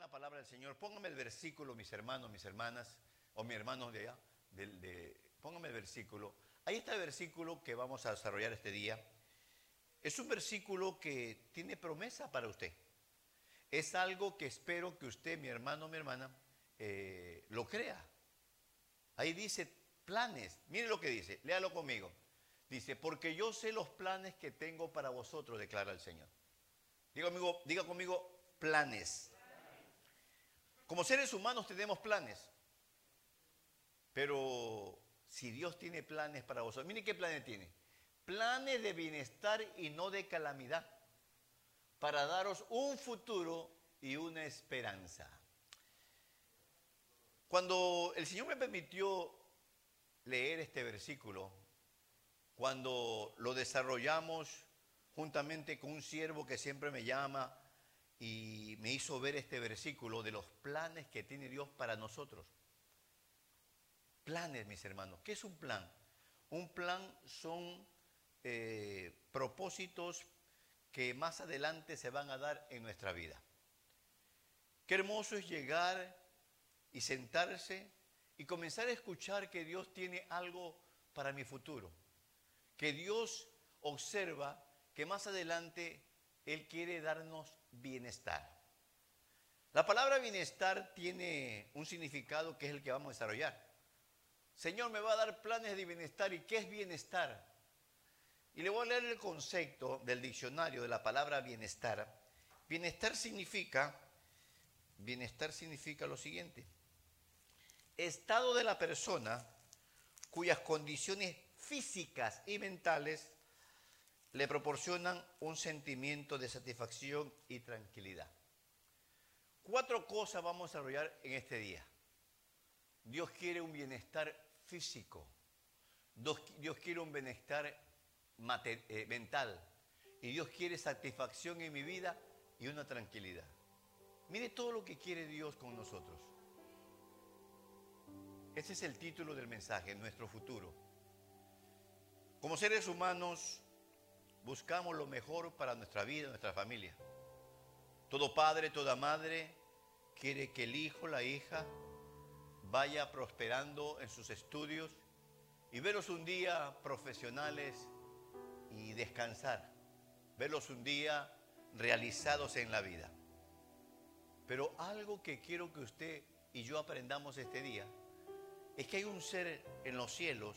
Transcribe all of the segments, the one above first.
la palabra del Señor. Póngame el versículo, mis hermanos, mis hermanas, o mis hermanos de allá. Póngame el versículo. Ahí está el versículo que vamos a desarrollar este día. Es un versículo que tiene promesa para usted. Es algo que espero que usted, mi hermano, mi hermana, lo crea. Ahí dice planes. Mire lo que dice, léalo conmigo. Dice, porque yo sé los planes que tengo para vosotros, declara el Señor. Diga conmigo, planes. Como seres humanos tenemos planes. Pero si Dios tiene planes para vosotros, mire qué planes tiene. Planes de bienestar y no de calamidad, para daros un futuro y una esperanza. Cuando el Señor me permitió leer este versículo, cuando lo desarrollamos juntamente con un siervo que siempre me llama y me hizo ver este versículo de los planes que tiene Dios para nosotros. Planes, mis hermanos. ¿Qué es un plan? Un plan son propósitos que más adelante se van a dar en nuestra vida. Qué hermoso es llegar y sentarse y comenzar a escuchar que Dios tiene algo para mi futuro. Que Dios observa que más adelante Él quiere darnos bienestar. La palabra bienestar tiene un significado que es el que vamos a desarrollar. Señor, me va a dar planes de bienestar. ¿Y qué es bienestar? Y le voy a leer el concepto del diccionario de la palabra bienestar. Bienestar significa lo siguiente. Estado de la persona cuyas condiciones físicas y mentales le proporcionan un sentimiento de satisfacción y tranquilidad. 4 cosas vamos a desarrollar en este día. Dios quiere un bienestar físico. Dios quiere un bienestar mental. Y Dios quiere satisfacción en mi vida y una tranquilidad. Mire todo lo que quiere Dios con nosotros. Ese es el título del mensaje, nuestro futuro. Como seres humanos, buscamos lo mejor para nuestra vida, nuestra familia. Todo padre, toda madre quiere que el hijo, la hija, vaya prosperando en sus estudios y verlos un día profesionales y descansar. Verlos un día realizados en la vida. Pero algo que quiero que usted y yo aprendamos este día es que hay un ser en los cielos,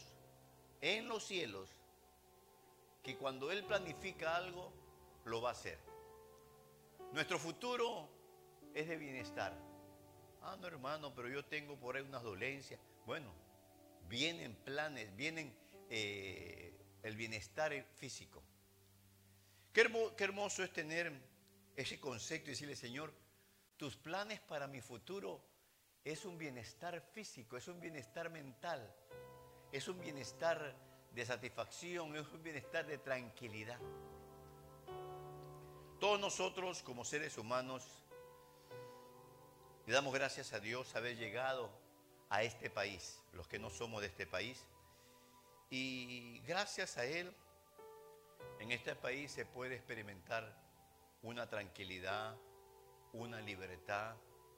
que cuando Él planifica algo, lo va a hacer. Nuestro futuro es de bienestar. Ah, no, hermano, pero yo tengo por ahí unas dolencias. Bueno, vienen planes, vienen el bienestar físico. Qué hermoso es tener ese concepto y decirle, Señor, tus planes para mi futuro es un bienestar físico, es un bienestar mental, es un bienestar de satisfacción, es un bienestar de tranquilidad. Todos nosotros como seres humanos le damos gracias a Dios haber llegado a este país, los que no somos de este país. Y gracias a Él, en este país se puede experimentar una tranquilidad, una libertad.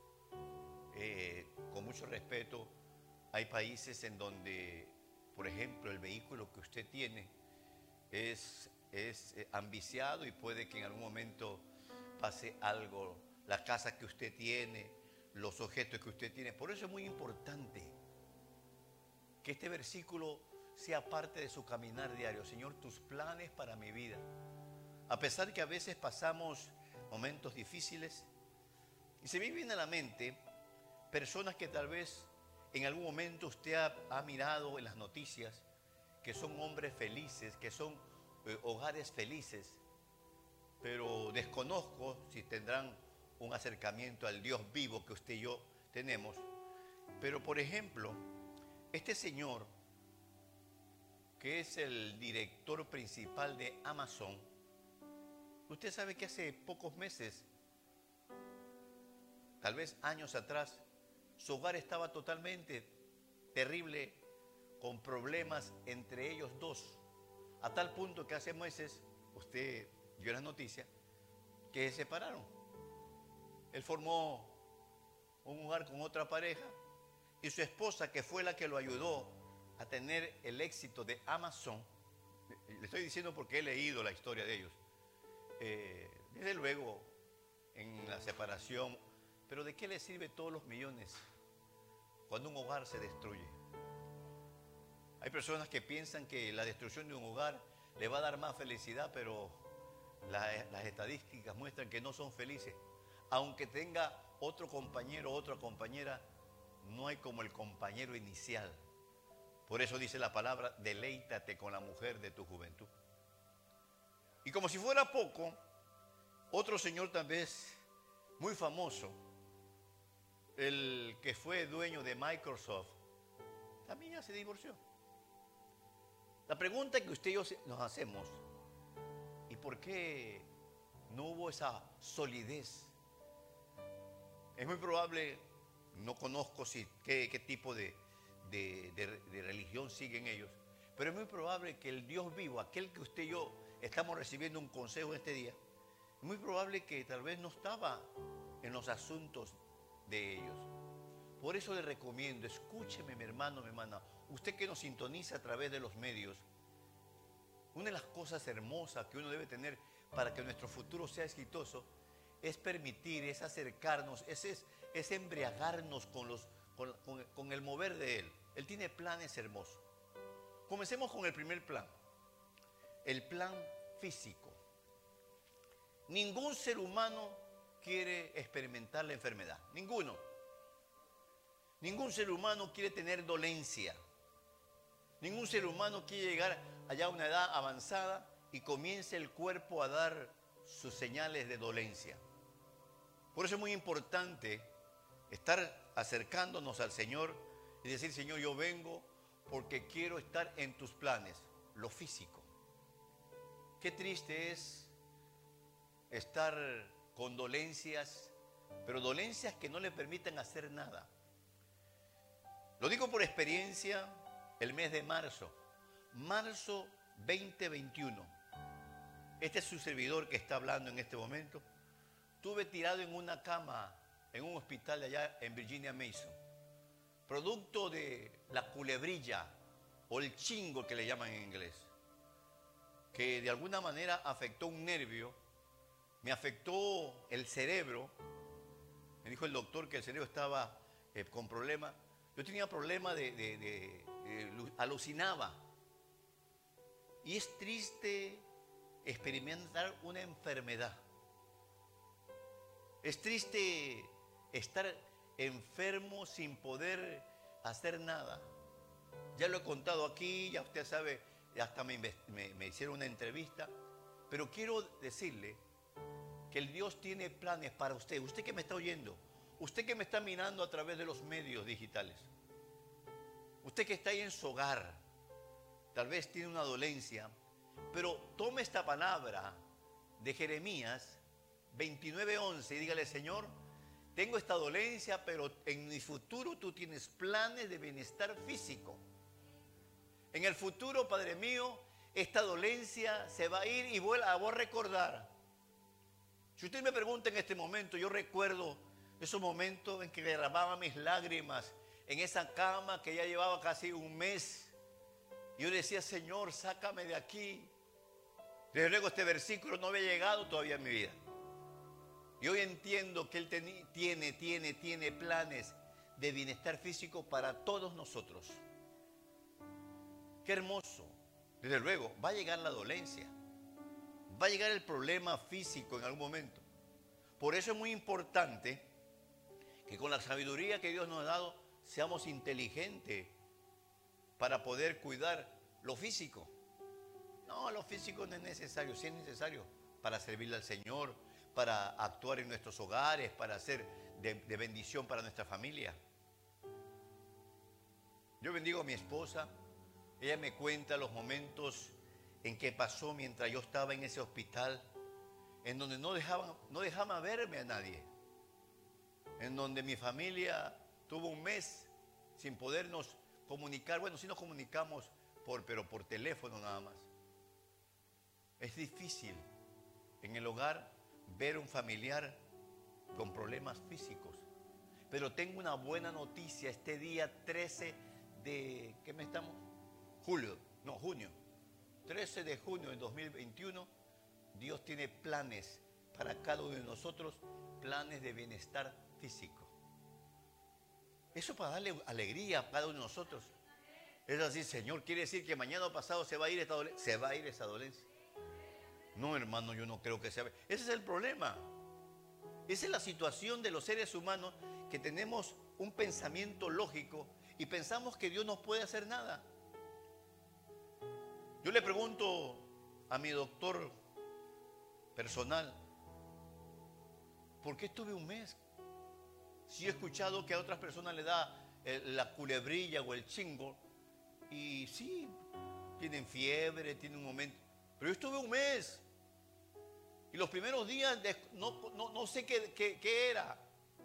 Con mucho respeto, hay países en donde, por ejemplo, el vehículo que usted tiene es ambiciado y puede que en algún momento pase algo, la casa que usted tiene, los objetos que usted tiene. Por eso es muy importante que este versículo sea parte de su caminar diario. Señor, tus planes para mi vida. A pesar que a veces pasamos momentos difíciles y se me viene a la mente personas que tal vez en algún momento usted ha mirado en las noticias, que son hombres felices, que son hogares felices, pero desconozco si tendrán un acercamiento al Dios vivo que usted y yo tenemos. Pero por ejemplo, este señor, que es el director principal de Amazon, usted sabe que hace pocos meses, tal vez años atrás, su hogar estaba totalmente terrible, con problemas entre ellos dos, a tal punto que hace meses, usted vio las noticias, que se separaron. Él formó un hogar con otra pareja, y su esposa, que fue la que lo ayudó a tener el éxito de Amazon, le estoy diciendo porque he leído la historia de ellos, desde luego en la separación, pero ¿de qué le sirve todos los millones cuando un hogar se destruye? Hay personas que piensan que la destrucción de un hogar le va a dar más felicidad, pero las estadísticas muestran que no son felices. Aunque tenga otro compañero o otra compañera, no hay como el compañero inicial. Por eso dice la palabra, deleítate con la mujer de tu juventud. Y como si fuera poco, otro señor también muy famoso, el que fue dueño de Microsoft, también ya se divorció. La pregunta que usted y yo nos hacemos, ¿y por qué no hubo esa solidez? Es muy probable, no conozco qué tipo de religión siguen ellos, pero es muy probable que el Dios vivo, aquel que usted y yo estamos recibiendo un consejo en este día, es muy probable que tal vez no estaba en los asuntos de ellos. Por eso le recomiendo, escúcheme mi hermano, mi hermana, usted que nos sintoniza a través de los medios, una de las cosas hermosas que uno debe tener para que nuestro futuro sea exitoso es permitir, es acercarnos, es embriagarnos con el mover de Él. Él tiene planes hermosos. Comencemos con el primer plan, el plan físico. Ningún ser humano quiere experimentar la enfermedad, ninguno. Ningún ser humano quiere tener dolencia. Ningún ser humano quiere llegar allá a una edad avanzada y comience el cuerpo a dar sus señales de dolencia. Por eso es muy importante estar acercándonos al Señor y decir, Señor, yo vengo porque quiero estar en tus planes, lo físico. Qué triste es estar con dolencias, pero dolencias que no le permiten hacer nada. Lo digo por experiencia, el mes de marzo 2021. Este es su servidor que está hablando en este momento. Estuve tirado en una cama en un hospital de allá en Virginia Mason, producto de la culebrilla o el chingo que le llaman en inglés, que de alguna manera afectó un nervio, me afectó el cerebro. Me dijo el doctor que el cerebro estaba con problemas. Yo tenía problemas alucinaba. Y es triste experimentar una enfermedad. Es triste estar enfermo sin poder hacer nada. Ya lo he contado aquí, ya usted sabe, hasta me hicieron una entrevista. Pero quiero decirle que el Dios tiene planes para usted. Usted que me está oyendo, usted que me está mirando a través de los medios digitales, usted que está ahí en su hogar, tal vez tiene una dolencia, pero tome esta palabra de Jeremías 29:11 y dígale, Señor, tengo esta dolencia, pero en mi futuro tú tienes planes de bienestar físico. En el futuro, Padre mío, esta dolencia se va a ir y voy a recordar. Si usted me pregunta en este momento, yo recuerdo esos momentos en que derramaba mis lágrimas en esa cama que ya llevaba casi un mes. Yo decía, Señor, sácame de aquí. Desde luego este versículo no había llegado todavía en mi vida. Y hoy entiendo que Él tiene planes de bienestar físico para todos nosotros. Qué hermoso. Desde luego, va a llegar la dolencia. Va a llegar el problema físico en algún momento. Por eso es muy importante que con la sabiduría que Dios nos ha dado, seamos inteligentes para poder cuidar lo físico. No, lo físico no es necesario, sí es necesario para servirle al Señor, para actuar en nuestros hogares, para ser de bendición para nuestra familia. Yo bendigo a mi esposa, ella me cuenta los momentos en que pasó mientras yo estaba en ese hospital, en donde no dejaban verme a nadie, en donde mi familia tuvo un mes sin podernos comunicar. Bueno, sí nos comunicamos pero por teléfono nada más. Es difícil en el hogar ver un familiar con problemas físicos. Pero tengo una buena noticia. Este día 13 de... ¿Qué mes estamos? Junio. 13 de junio de 2021. Dios tiene planes para cada uno de nosotros. Planes de bienestar físico. Eso para darle alegría a cada uno de nosotros. Es así, Señor, quiere decir que mañana o pasado se va a ir esta dolencia. Se va a ir esa dolencia. No, hermano, yo no creo que sea. Ese es el problema. Esa es la situación de los seres humanos, que tenemos un pensamiento lógico y pensamos que Dios no puede hacer nada. Yo le pregunto a mi doctor personal, ¿por qué estuve un mes? Si he escuchado que a otras personas le da la culebrilla o el chingo, y sí, tienen fiebre, tienen un momento, pero yo estuve un mes. Y los primeros días no sé qué era.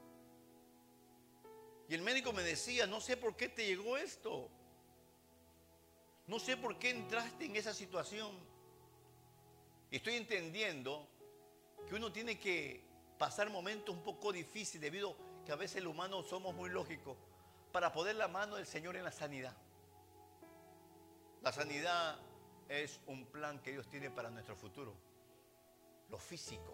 Y el médico me decía, no sé por qué te llegó esto. No sé por qué entraste en esa situación. Y estoy entendiendo que uno tiene que pasar momentos un poco difíciles, debido a que a veces el humano somos muy lógicos, para poner la mano del Señor en la sanidad. La sanidad es un plan que Dios tiene para nuestro futuro. Lo físico.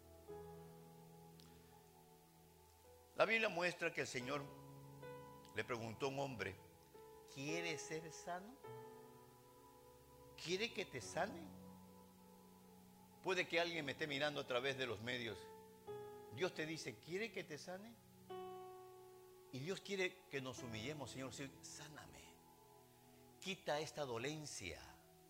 La Biblia muestra que el Señor le preguntó a un hombre, ¿quieres ser sano? ¿Quiere que te sane? Puede que alguien me esté mirando a través de los medios. Dios te dice, ¿quiere que te sane? Y Dios quiere que nos humillemos, Señor, sáname. Quita esta dolencia.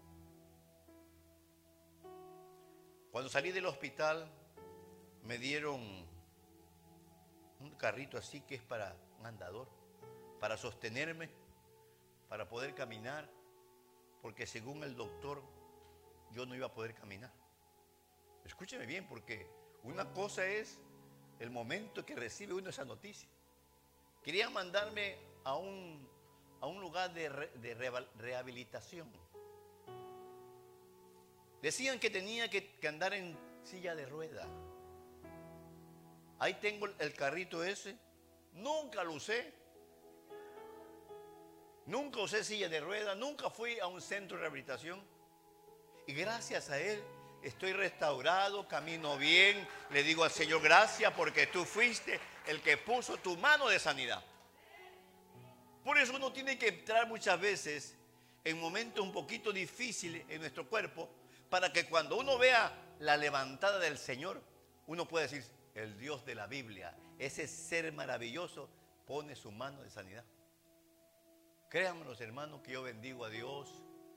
Cuando salí del hospital, me dieron un carrito así, que es para un andador, para sostenerme, para poder caminar, porque según el doctor, yo no iba a poder caminar. Escúcheme bien, porque una cosa es el momento que recibe uno esa noticia. Querían mandarme a un lugar de rehabilitación. Decían que tenía que andar en silla de rueda. Ahí tengo el carrito ese. Nunca lo usé. Nunca usé silla de rueda. Nunca fui a un centro de rehabilitación. Y gracias a Él estoy restaurado, camino bien. Le digo al Señor, gracias porque tú fuiste el que puso tu mano de sanidad. Por eso uno tiene que entrar muchas veces en momentos un poquito difíciles en nuestro cuerpo, para que cuando uno vea la levantada del Señor, uno pueda decir, el Dios de la Biblia, ese ser maravilloso, pone su mano de sanidad. Créanme, los hermanos, que yo bendigo a Dios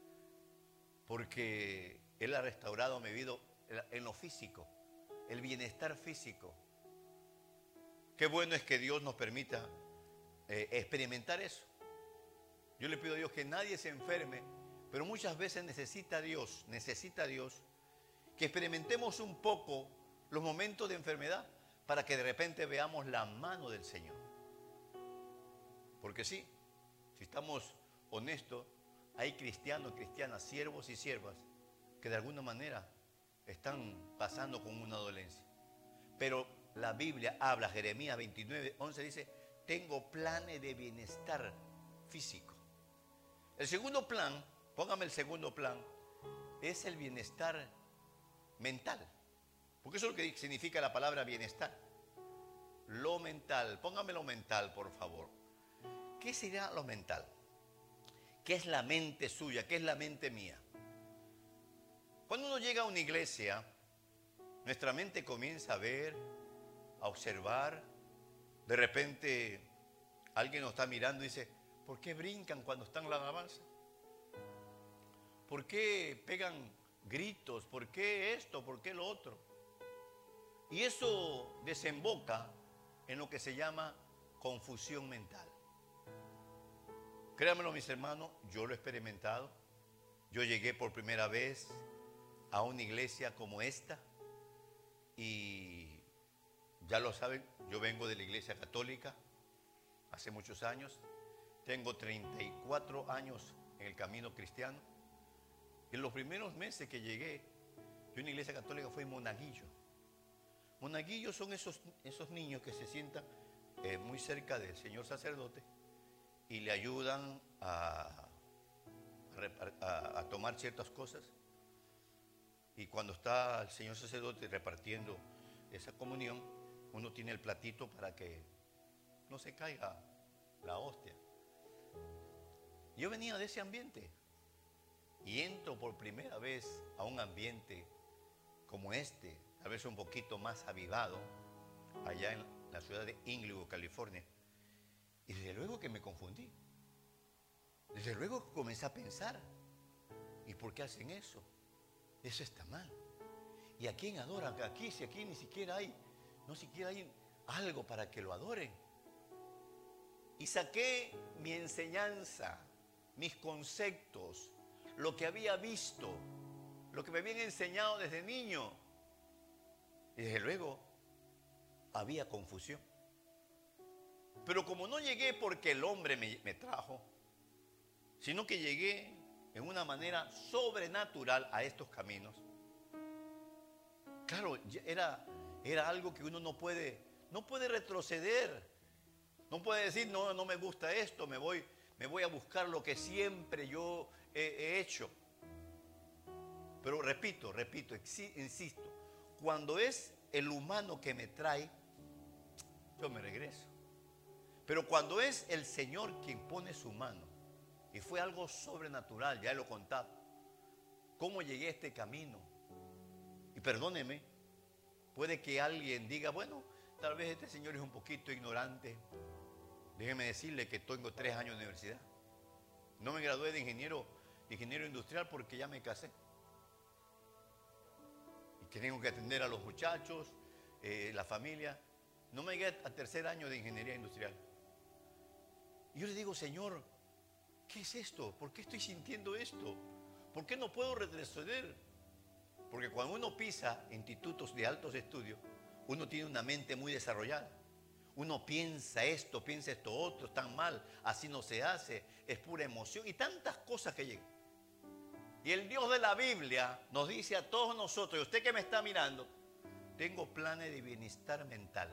porque Él ha restaurado mi vida en lo físico, el bienestar físico. Qué bueno es que Dios nos permita experimentar eso. Yo le pido a Dios que nadie se enferme, pero muchas veces necesita Dios que experimentemos un poco los momentos de enfermedad, para que de repente veamos la mano del Señor. Porque sí, si estamos honestos, hay cristianos, cristianas, siervos y siervas que de alguna manera están pasando con una dolencia. Pero la Biblia habla, Jeremías 29:11 dice, tengo planes de bienestar físico. El segundo plan, póngame el segundo plan, es el bienestar mental. Porque eso es lo que significa la palabra bienestar. Lo mental, póngame lo mental, por favor. ¿Qué será lo mental? ¿Qué es la mente suya? ¿Qué es la mente mía? Cuando uno llega a una iglesia, nuestra mente comienza a ver, a observar. De repente alguien nos está mirando y dice, ¿por qué brincan cuando están en la alabanza? ¿Por qué pegan gritos? ¿Por qué esto? ¿Por qué lo otro? Y eso desemboca en lo que se llama confusión mental. Créanmelo, mis hermanos, yo lo he experimentado. Yo llegué por primera vez a una iglesia como esta y ya lo saben, yo vengo de la iglesia católica hace muchos años. Tengo 34 años en el camino cristiano. En los primeros meses que llegué, yo en la iglesia católica fui monaguillo. Monaguillos son esos niños que se sientan muy cerca del señor sacerdote y le ayudan a tomar ciertas cosas. Y cuando está el señor sacerdote repartiendo esa comunión, uno tiene el platito para que no se caiga la hostia. Yo venía de ese ambiente y entro por primera vez a un ambiente como este, tal vez un poquito más avivado, allá en la ciudad de Inglewood, California. Y desde luego que me confundí. Desde luego que comencé a pensar, ¿y por qué hacen eso? Eso está mal. ¿Y a quién adoran? Aquí, si aquí ni siquiera hay, no siquiera hay algo para que lo adoren. Y saqué mi enseñanza, mis conceptos, lo que había visto, lo que me habían enseñado desde niño. Y desde luego había confusión. Pero como no llegué porque el hombre me trajo, sino que llegué en una manera sobrenatural a estos caminos. Claro, era algo que uno no puede retroceder. No puede decir, no me gusta esto, me voy a buscar lo que siempre yo he hecho. Pero repito, insisto, cuando es el humano que me trae, yo me regreso. Pero cuando es el Señor quien pone su mano, y fue algo sobrenatural, ya lo he contado, cómo llegué a este camino. Y perdóneme, puede que alguien diga, bueno, tal vez este señor es un poquito ignorante. Déjeme decirle que tengo 3 años de universidad. No me gradué de ingeniero industrial porque ya me casé. Y que tengo que atender a los muchachos, la familia. No me llegué al 3er año de ingeniería industrial. Y yo le digo, Señor, ¿qué es esto? ¿Por qué estoy sintiendo esto? ¿Por qué no puedo retroceder? Porque cuando uno pisa institutos de altos estudios, uno tiene una mente muy desarrollada. Uno piensa esto otro, tan mal, así no se hace, es pura emoción y tantas cosas que llegan. Y el Dios de la Biblia nos dice a todos nosotros, y usted que me está mirando, tengo planes de bienestar mental.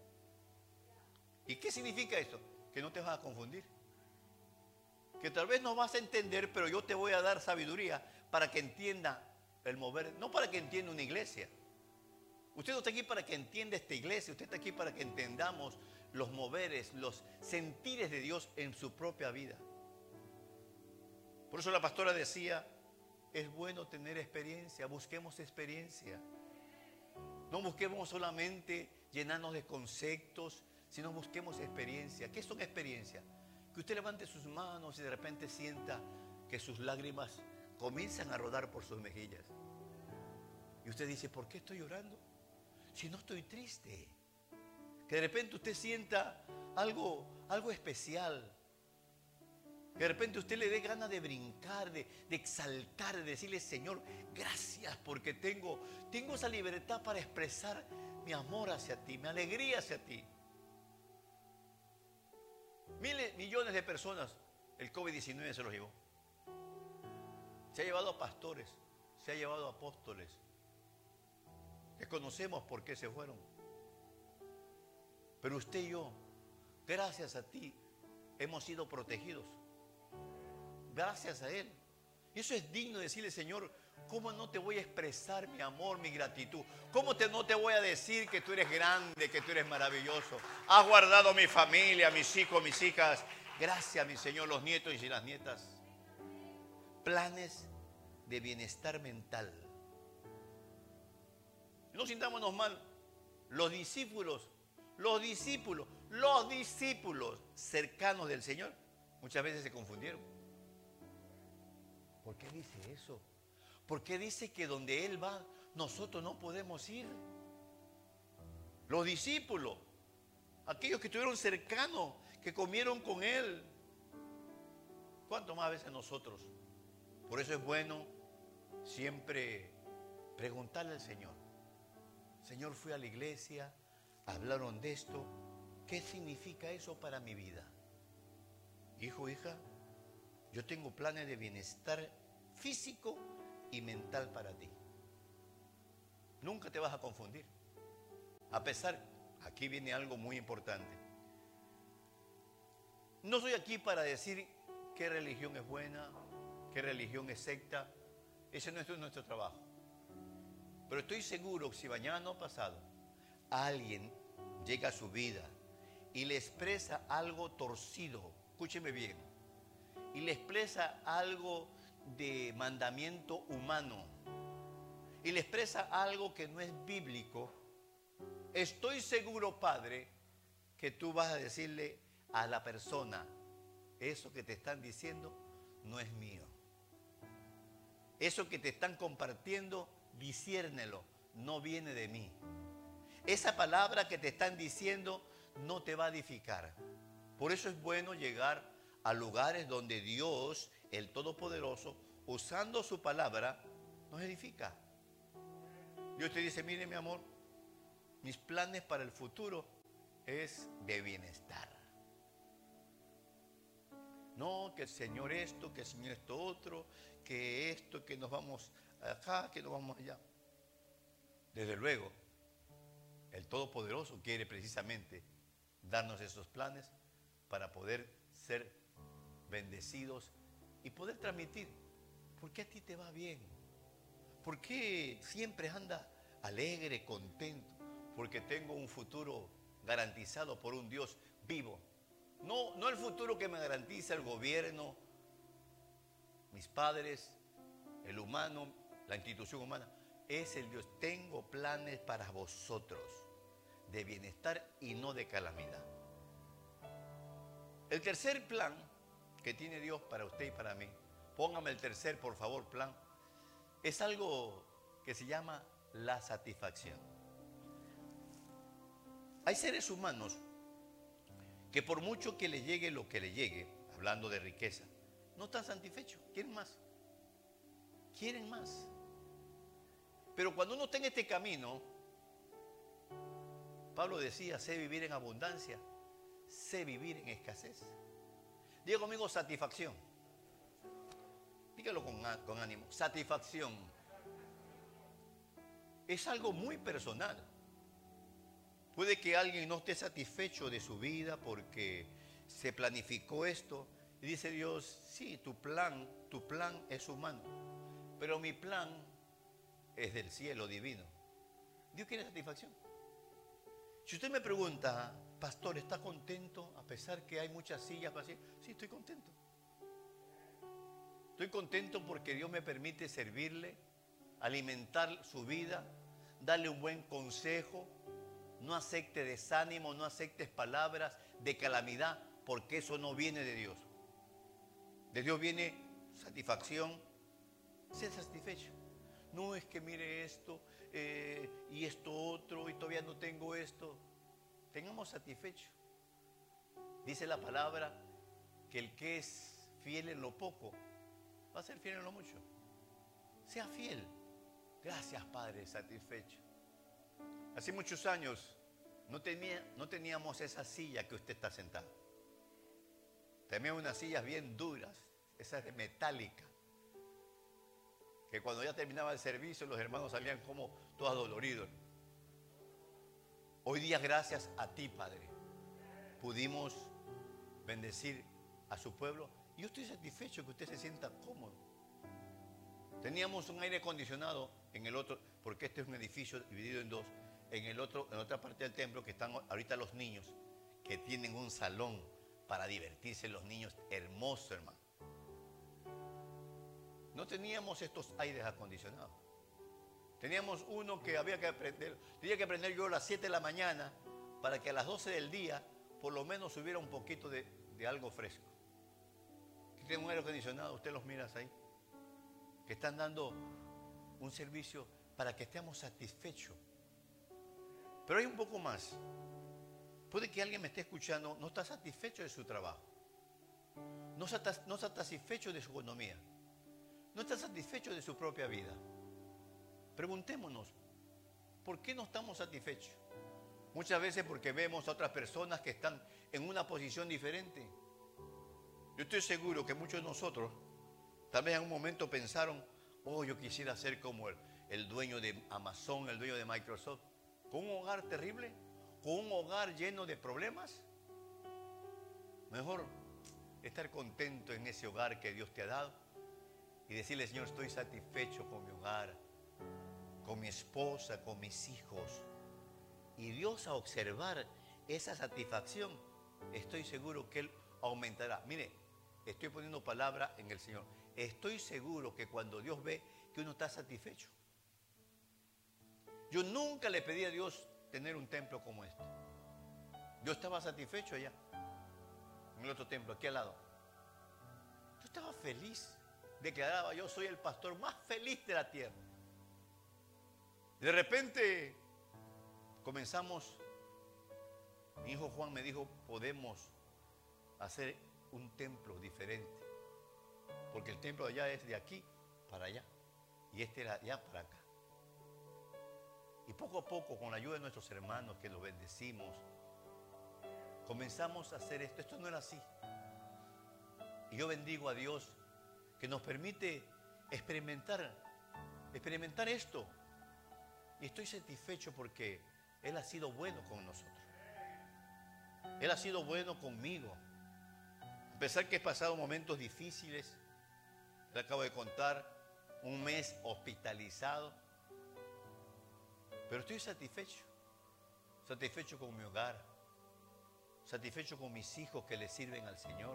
¿Y qué significa eso? Que no te vas a confundir. Que tal vez no vas a entender, pero yo te voy a dar sabiduría para que entienda el mover, no para que entienda una iglesia. Usted no está aquí para que entienda esta iglesia, usted está aquí para que entendamos los moveres, los sentires de Dios en su propia vida. Por eso la pastora decía, es bueno tener experiencia, busquemos experiencia. No busquemos solamente llenarnos de conceptos, sino busquemos experiencia. ¿Qué son experiencias? Que usted levante sus manos y de repente sienta que sus lágrimas comienzan a rodar por sus mejillas. Y usted dice, ¿por qué estoy llorando? Si no estoy triste. Que de repente usted sienta algo especial. Que de repente usted le dé ganas de brincar, de exaltar, de decirle, Señor, gracias porque tengo esa libertad para expresar mi amor hacia ti, mi alegría hacia ti. Millones de personas el COVID-19 se los llevó. Se ha llevado a pastores, se ha llevado a apóstoles. Desconocemos por qué se fueron. Pero usted y yo, gracias a ti, hemos sido protegidos. Gracias a Él. Y eso es digno de decirle, Señor, ¿cómo no te voy a expresar mi amor, mi gratitud? ¿Cómo no te voy a decir que tú eres grande, que tú eres maravilloso? Has guardado mi familia, mis hijos, mis hijas. Gracias, mi Señor, los nietos y las nietas. Planes de bienestar mental. No sintámonos mal. Los discípulos cercanos del Señor muchas veces se confundieron. ¿Por qué dice eso? ¿Por qué dice que donde Él va, nosotros no podemos ir? Los discípulos, aquellos que estuvieron cercanos, que comieron con Él. ¿Cuánto más veces nosotros? Por eso es bueno siempre preguntarle al Señor. Señor, fui a la iglesia, hablaron de esto. ¿Qué significa eso para mi vida? Hijo, hija, yo tengo planes de bienestar físico y mental para ti. Nunca te vas a confundir. A pesar, aquí viene algo muy importante. No soy aquí para decir qué religión es buena, qué religión es secta. Ese no es nuestro trabajo. Pero estoy seguro que si mañana o pasado alguien llega a su vida y le expresa algo torcido, escúcheme bien, y le expresa algo de mandamiento humano, y le expresa algo que no es bíblico, estoy seguro, Padre, que tú vas a decirle a la persona, eso que te están diciendo no es mío. Eso que te están compartiendo, disciérnelo, no viene de mí. Esa palabra que te están diciendo no te va a edificar. Por eso es bueno llegar a lugares donde Dios, el Todopoderoso, usando su palabra, nos edifica. Dios te dice, mire mi amor, mis planes para el futuro es de bienestar. No, que el Señor esto, que el Señor esto otro, que esto, que nos vamos acá, que nos vamos allá. Desde luego, el Todopoderoso quiere precisamente darnos esos planes para poder ser bendecidos y poder transmitir. ¿Por qué a ti te va bien? ¿Por qué siempre andas alegre, contento? Porque tengo un futuro garantizado por un Dios vivo. No el futuro que me garantiza el gobierno, mis padres, el humano, la institución humana. Es el Dios. Tengo planes para vosotros de bienestar y no de calamidad. El tercer plan que tiene Dios para usted y para mí, póngame el tercer, por favor, plan, es algo que se llama la satisfacción. Hay seres humanos que por mucho que le llegue lo que le llegue, hablando de riqueza, no están satisfechos, quieren más. Quieren más. Pero cuando uno está en este camino, Pablo decía, sé vivir en abundancia, sé vivir en escasez. Diga conmigo satisfacción. Dígalo con ánimo, satisfacción. Es algo muy personal. Puede que alguien no esté satisfecho de su vida porque se planificó esto. Y dice Dios, sí, tu plan es humano. Pero mi plan es del cielo divino. Dios quiere satisfacción. Si usted me pregunta, pastor, ¿está contento a pesar que hay muchas sillas vacías? Sí, estoy contento. Estoy contento porque Dios me permite servirle, alimentar su vida, darle un buen consejo. No acepte desánimo, no aceptes palabras de calamidad, porque eso no viene de Dios. De Dios viene satisfacción, ser satisfecho. No es que mire esto y esto otro y todavía no tengo esto. Tengamos satisfecho. Dice la palabra que el que es fiel en lo poco va a ser fiel en lo mucho. Sea fiel. Gracias, Padre, satisfecho. Hace muchos años no teníamos esa silla que usted está sentado. Teníamos unas sillas bien duras, esas de metálica, que cuando ya terminaba el servicio los hermanos salían como todos adoloridos. Hoy día, gracias a ti, Padre, pudimos bendecir a su pueblo. Yo estoy satisfecho que usted se sienta cómodo. Teníamos un aire acondicionado en el otro, porque este es un edificio dividido en dos. En otra parte del templo que están ahorita los niños, que tienen un salón para divertirse los niños, hermoso, hermano. No teníamos estos aires acondicionados. Teníamos uno que había que aprender, tenía que aprender yo a las 7 de la mañana para que a las 12 del día por lo menos hubiera un poquito de algo fresco. Aquí tienen un aire acondicionado, usted los mira ahí, que están dando un servicio para que estemos satisfechos. Pero hay un poco más. Puede que alguien me esté escuchando, no está satisfecho de su trabajo, no está satisfecho de su economía, no está satisfecho de su propia vida. Preguntémonos, ¿por qué no estamos satisfechos? Muchas veces porque vemos a otras personas que están en una posición diferente. Yo estoy seguro que muchos de nosotros, tal vez en un momento pensaron, oh, yo quisiera ser como el dueño de Amazon, el dueño de Microsoft, con un hogar terrible, con un hogar lleno de problemas. Mejor estar contento en ese hogar que Dios te ha dado y decirle, Señor, estoy satisfecho con mi hogar, con mi esposa, con mis hijos. Y Dios, a observar esa satisfacción, estoy seguro que Él aumentará. Mire, estoy poniendo palabra en el Señor. Estoy seguro que cuando Dios ve que uno está satisfecho. Yo nunca le pedí a Dios tener un templo como este. Yo estaba satisfecho allá, en el otro templo, aquí al lado. Yo estaba feliz. Declaraba, yo soy el pastor más feliz de la tierra. De repente comenzamos, mi hijo Juan me dijo, podemos hacer un templo diferente. Porque el templo de allá es de aquí para allá. Y este era allá para acá. Y poco a poco, con la ayuda de nuestros hermanos que los bendecimos, comenzamos a hacer esto. Esto no era así. Y yo bendigo a Dios que nos permite experimentar esto. Y estoy satisfecho porque Él ha sido bueno con nosotros. Él ha sido bueno conmigo. A pesar que he pasado momentos difíciles, le acabo de contar, un mes hospitalizado, pero estoy satisfecho. Satisfecho con mi hogar, satisfecho con mis hijos que le sirven al Señor.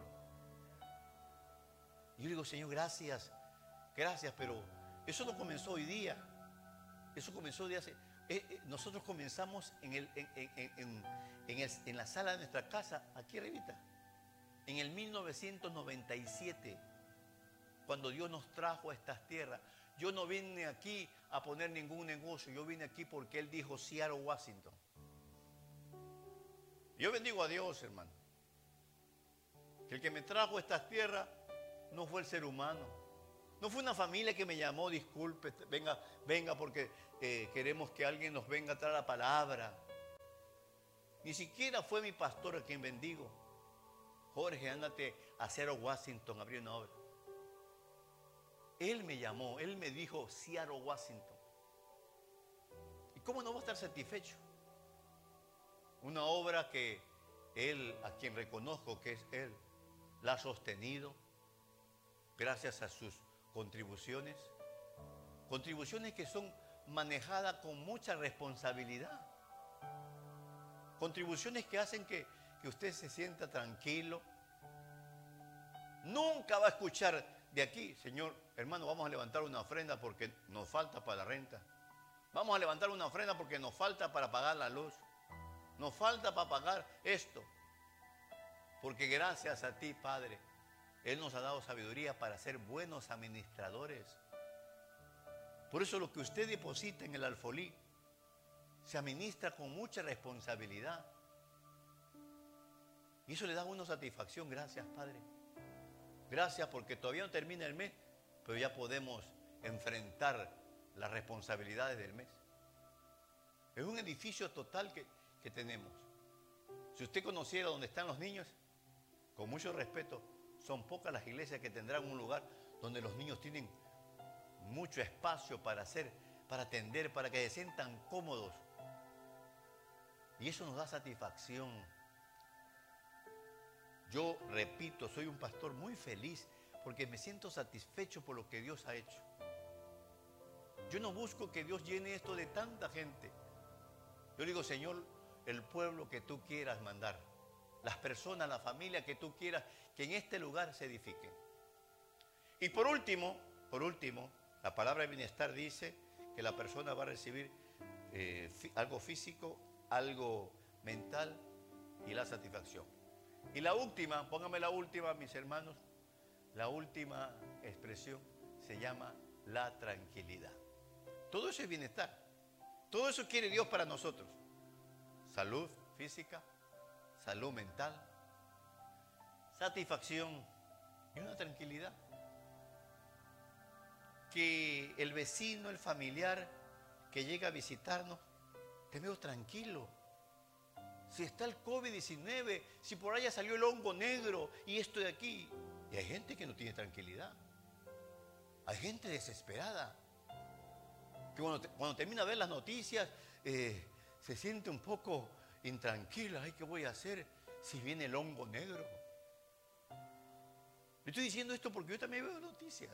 Y yo digo, Señor, gracias, pero eso no comenzó hoy día. Eso comenzó de hace... nosotros comenzamos en la sala de nuestra casa, aquí arribita, en el 1997, cuando Dios nos trajo a estas tierras. Yo no vine aquí a poner ningún negocio, yo vine aquí porque Él dijo Seattle, Washington. Yo bendigo a Dios, hermano, que el que me trajo a estas tierras no fue el ser humano. No fue una familia que me llamó, disculpe, venga porque queremos que alguien nos venga a traer la palabra. Ni siquiera fue mi pastor a quien bendigo. Jorge, ándate a Seattle, Washington, a abrir una obra. Él me llamó, él me dijo Seattle, Washington. ¿Y cómo no va a estar satisfecho? Una obra que él, a quien reconozco que es él, la ha sostenido gracias a sus contribuciones que son manejadas con mucha responsabilidad, contribuciones que hacen que usted se sienta tranquilo. Nunca va a escuchar de aquí, Señor, hermano, vamos a levantar una ofrenda porque nos falta para la renta, vamos a levantar una ofrenda porque nos falta para pagar la luz, nos falta para pagar esto, porque gracias a ti, Padre, Él nos ha dado sabiduría para ser buenos administradores. Por eso lo que usted deposita en el alfolí se administra con mucha responsabilidad. Y eso le da a uno satisfacción. Gracias, Padre. Gracias porque todavía no termina el mes, pero ya podemos enfrentar las responsabilidades del mes. Es un edificio total que tenemos. Si usted conociera dónde están los niños, con mucho respeto, son pocas las iglesias que tendrán un lugar donde los niños tienen mucho espacio para atender, para que se sientan cómodos. Y eso nos da satisfacción. Yo repito, soy un pastor muy feliz porque me siento satisfecho por lo que Dios ha hecho. Yo no busco que Dios llene esto de tanta gente. Yo digo, Señor, el pueblo que tú quieras mandar, las personas, la familia que tú quieras, que en este lugar se edifiquen. Y por último, la palabra de bienestar dice que la persona va a recibir algo físico, algo mental y la satisfacción. Y la última, póngame la última, mis hermanos, la última expresión se llama la tranquilidad. Todo eso es bienestar. Todo eso quiere Dios para nosotros. Salud física, salud mental, satisfacción y una tranquilidad. Que el vecino, el familiar que llega a visitarnos, te veo tranquilo. Si está el COVID-19, si por allá salió el hongo negro y esto de aquí. Y hay gente que no tiene tranquilidad. Hay gente desesperada. Que cuando termina de ver las noticias, se siente un poco intranquila. Ay, ¿qué voy a hacer si viene el hongo negro? Le estoy diciendo esto porque yo también veo noticias.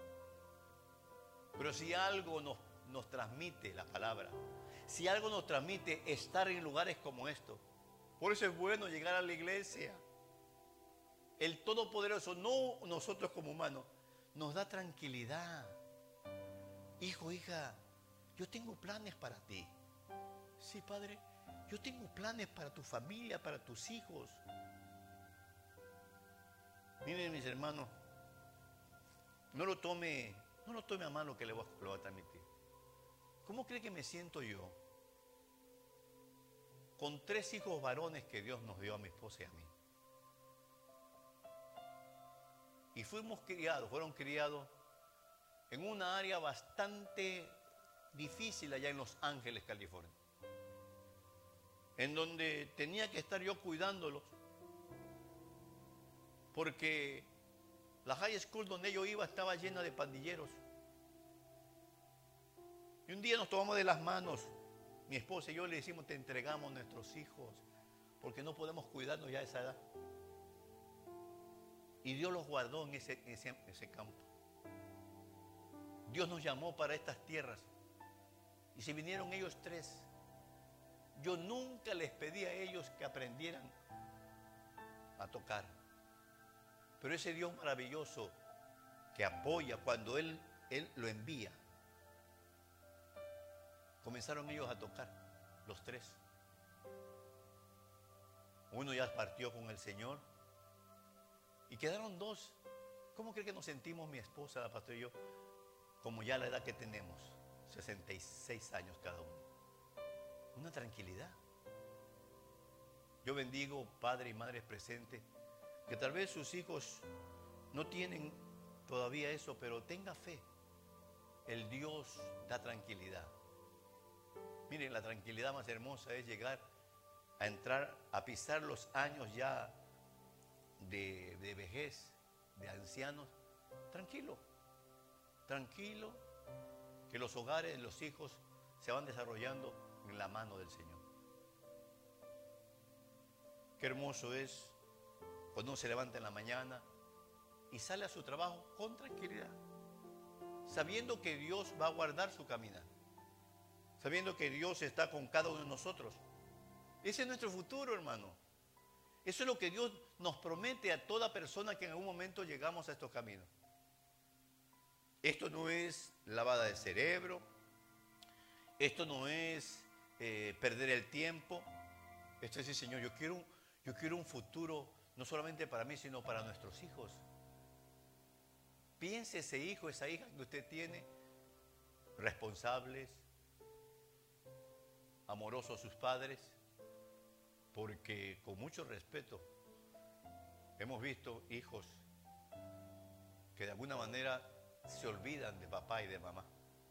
Pero si algo nos transmite la palabra, si algo nos transmite estar en lugares como estos, por eso es bueno llegar a la iglesia. El Todopoderoso, no nosotros como humanos, nos da tranquilidad. Hijo, hija, yo tengo planes para ti. Sí, Padre, yo tengo planes para tu familia, para tus hijos. Miren, mis hermanos, no lo tome a mal lo que le voy a transmitir. ¿Cómo cree que me siento yo con 3 hijos varones que Dios nos dio a mi esposa y a mí? Y fueron criados en una área bastante difícil allá en Los Ángeles, California, en donde tenía que estar yo cuidándolos, porque la high school donde yo iba estaba llena de pandilleros. Y un día nos tomamos de las manos, mi esposa y yo, le decimos: te entregamos nuestros hijos, porque no podemos cuidarnos ya a esa edad. Y Dios los guardó en ese campo. Dios nos llamó para estas tierras. Y se vinieron ellos 3. Yo nunca les pedí a ellos que aprendieran a tocar. Pero ese Dios maravilloso que apoya cuando Él lo envía, comenzaron ellos a tocar, los 3. Uno ya partió con el Señor y quedaron 2. ¿Cómo cree que nos sentimos mi esposa, la pastora y yo? Como ya la edad que tenemos, 66 años cada uno. Una tranquilidad. Yo bendigo padres y madres presentes, que tal vez sus hijos no tienen todavía eso, pero tenga fe. El Dios da tranquilidad. Miren, la tranquilidad más hermosa es llegar a entrar, a pisar los años ya de vejez, de ancianos, tranquilo, que los hogares, los hijos se van desarrollando en la mano del Señor. Qué hermoso es cuando uno se levanta en la mañana y sale a su trabajo con tranquilidad, sabiendo que Dios va a guardar su caminar, sabiendo que Dios está con cada uno de nosotros. Ese es nuestro futuro, hermano. Eso es lo que Dios nos promete a toda persona que en algún momento llegamos a estos caminos. Esto no es lavada de cerebro, esto no es perder el tiempo. Esto es decir: Señor, yo quiero un futuro no solamente para mí, sino para nuestros hijos. Piense ese hijo, esa hija que usted tiene, responsables, amorosos a sus padres, porque con mucho respeto hemos visto hijos que de alguna manera se olvidan de papá y de mamá.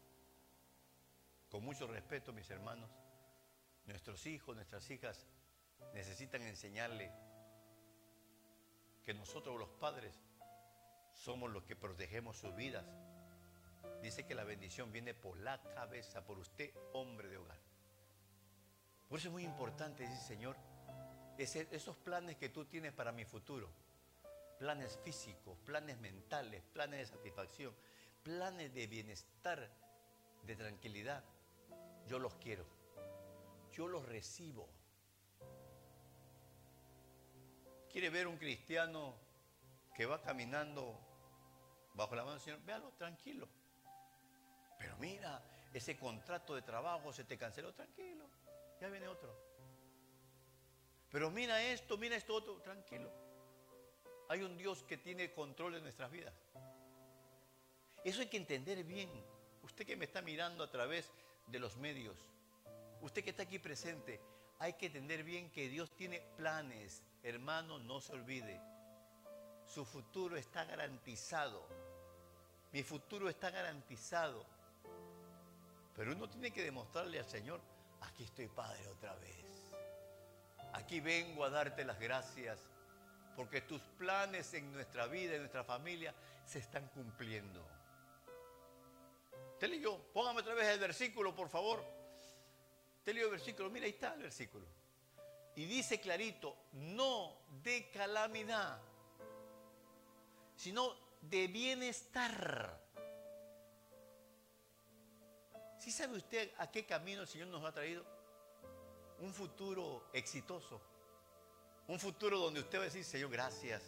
Con mucho respeto, mis hermanos, nuestros hijos, nuestras hijas necesitan enseñarle que nosotros los padres somos los que protegemos sus vidas. Dice que la bendición viene por la cabeza, por usted, hombre de hogar. Por eso es muy importante decir: Señor, esos planes que tú tienes para mi futuro, planes físicos, planes mentales, planes de satisfacción, planes de bienestar, de tranquilidad, yo los quiero, yo los recibo. ¿Quiere ver un cristiano que va caminando bajo la mano del Señor? Véalo, tranquilo. Pero mira, ese contrato de trabajo se te canceló, tranquilo, ya viene otro. Pero mira esto otro, tranquilo. Hay un Dios que tiene control de nuestras vidas. Eso hay que entender bien. Usted que me está mirando a través de los medios, usted que está aquí presente, hay que entender bien que Dios tiene planes. Hermano, no se olvide. Su futuro está garantizado. Mi futuro está garantizado. Pero uno tiene que demostrarle al Señor: aquí estoy, Padre, otra vez. Aquí vengo a darte las gracias, porque tus planes en nuestra vida, en nuestra familia, se están cumpliendo. Te leyó, póngame otra vez el versículo, por favor. Te leo el versículo, mira, ahí está el versículo. Y dice clarito: no de calamidad, sino de bienestar. ¿Sí sabe usted a qué camino el Señor nos ha traído? Un futuro exitoso. Un futuro donde usted va a decir, Señor, gracias.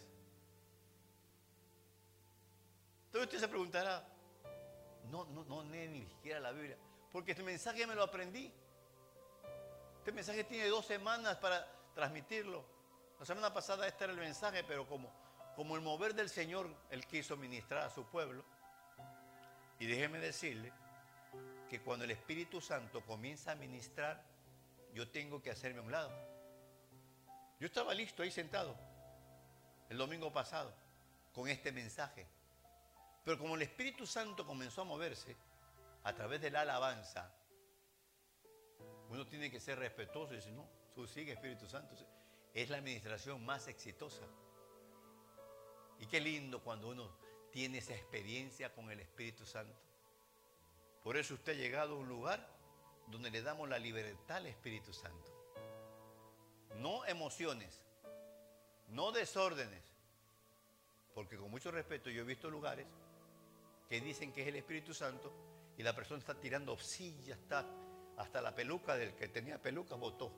Entonces usted se preguntará, no ni siquiera la Biblia, porque este mensaje me lo aprendí. Este mensaje tiene 2 semanas para transmitirlo. La semana pasada este era el mensaje, pero como el mover del Señor, Él quiso ministrar a su pueblo. Y déjeme decirle que cuando el Espíritu Santo comienza a ministrar, yo tengo que hacerme a un lado. Yo estaba listo ahí sentado el domingo pasado con este mensaje. Pero como el Espíritu Santo comenzó a moverse a través de la alabanza, uno tiene que ser respetuoso y decir, no, tú sigue, Espíritu Santo. Es la administración más exitosa. Y qué lindo cuando uno tiene esa experiencia con el Espíritu Santo. Por eso usted ha llegado a un lugar donde le damos la libertad al Espíritu Santo. No emociones, no desórdenes. Porque con mucho respeto yo he visto lugares que dicen que es el Espíritu Santo y la persona está tirando sillas, hasta la peluca del que tenía peluca botó.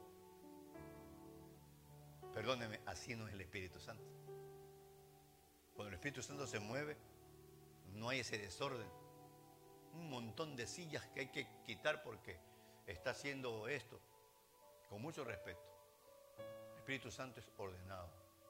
Perdóneme, así no es el Espíritu Santo. Cuando el Espíritu Santo se mueve, no hay ese desorden. Un montón de sillas que hay que quitar porque está haciendo esto. Con mucho respeto. El Espíritu Santo es ordenado.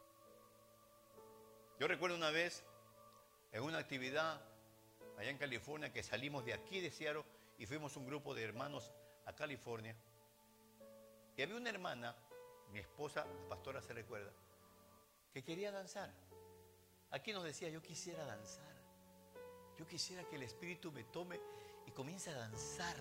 Yo recuerdo una vez en una actividad allá en California que salimos de aquí de Seattle y fuimos un grupo de hermanos a California. Y había una hermana, mi esposa, la pastora se recuerda, que quería danzar. Aquí nos decía, yo quisiera danzar. Yo quisiera que el Espíritu me tome y comience a danzar.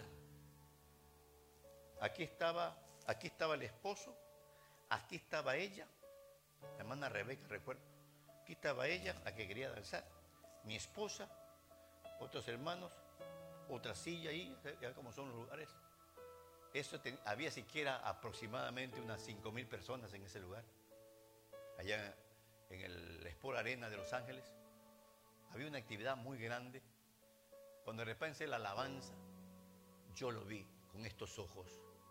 Aquí estaba el esposo, aquí estaba ella, la hermana Rebeca, recuerdo. Aquí estaba ella, la que quería danzar. Mi esposa, otros hermanos, otra silla ahí, ya como son los lugares. Había siquiera aproximadamente unas 5,000 personas en ese lugar. Allá en el Sport Arena de Los Ángeles. Había una actividad muy grande. Cuando de repente la alabanza, yo lo vi con estos ojos.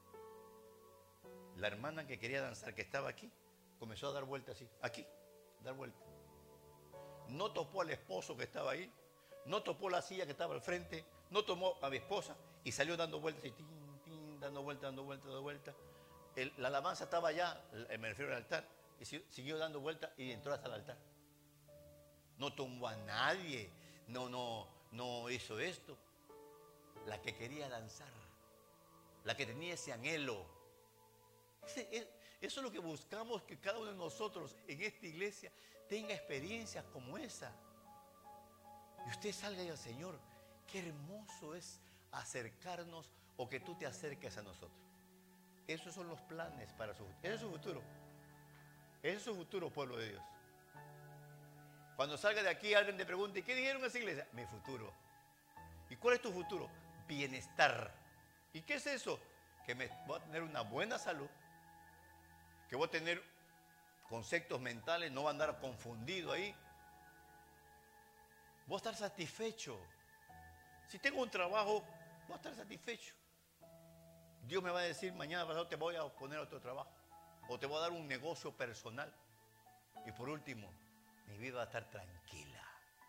La hermana que quería danzar, que estaba aquí, comenzó a dar vueltas así, aquí, dar vueltas. No topó al esposo que estaba ahí, no topó la silla que estaba al frente, no tomó a mi esposa y salió dando vueltas y dando vueltas. La alabanza estaba allá, me refiero al altar, y siguió dando vueltas y entró hasta el altar. No tumbó a nadie, no hizo esto. La que quería danzar, la que tenía ese anhelo. Eso es lo que buscamos, que cada uno de nosotros en esta iglesia tenga experiencias como esa. Y usted salga y diga, Señor, qué hermoso es acercarnos o que tú te acerques a nosotros. Esos son los planes para su futuro. Ese es su futuro. Ese es su futuro, pueblo de Dios. Cuando salga de aquí, alguien te pregunte, ¿qué dijeron en esa iglesia? Mi futuro. ¿Y cuál es tu futuro? Bienestar. ¿Y qué es eso? Que voy a tener una buena salud, que voy a tener conceptos mentales, no voy a andar confundido ahí. Voy a estar satisfecho. Si tengo un trabajo, voy a estar satisfecho. Dios me va a decir, mañana pasado te voy a poner otro trabajo. O te voy a dar un negocio personal. Y por último, mi vida va a estar tranquila.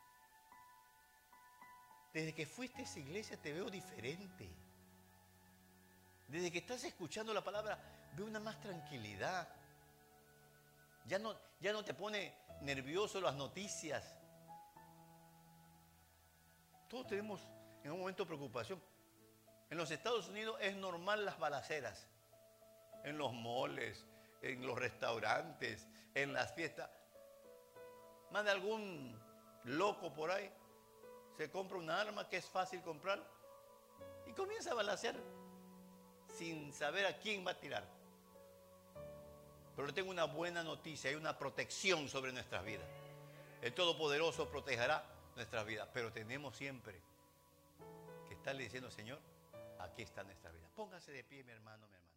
Desde que fuiste a esa iglesia te veo diferente. Desde que estás escuchando la palabra, veo una más tranquilidad. Ya no te pone nervioso las noticias. Todos tenemos en un momento preocupación. En los Estados Unidos es normal las balaceras. En los moles, en los restaurantes, en las fiestas. Más de algún loco por ahí se compra una arma que es fácil comprar y comienza a balacear sin saber a quién va a tirar. Pero le tengo una buena noticia, hay una protección sobre nuestras vidas. El Todopoderoso protegerá nuestras vidas, pero tenemos siempre que estarle diciendo, Señor, aquí está nuestra vida. Póngase de pie, mi hermano, mi hermana.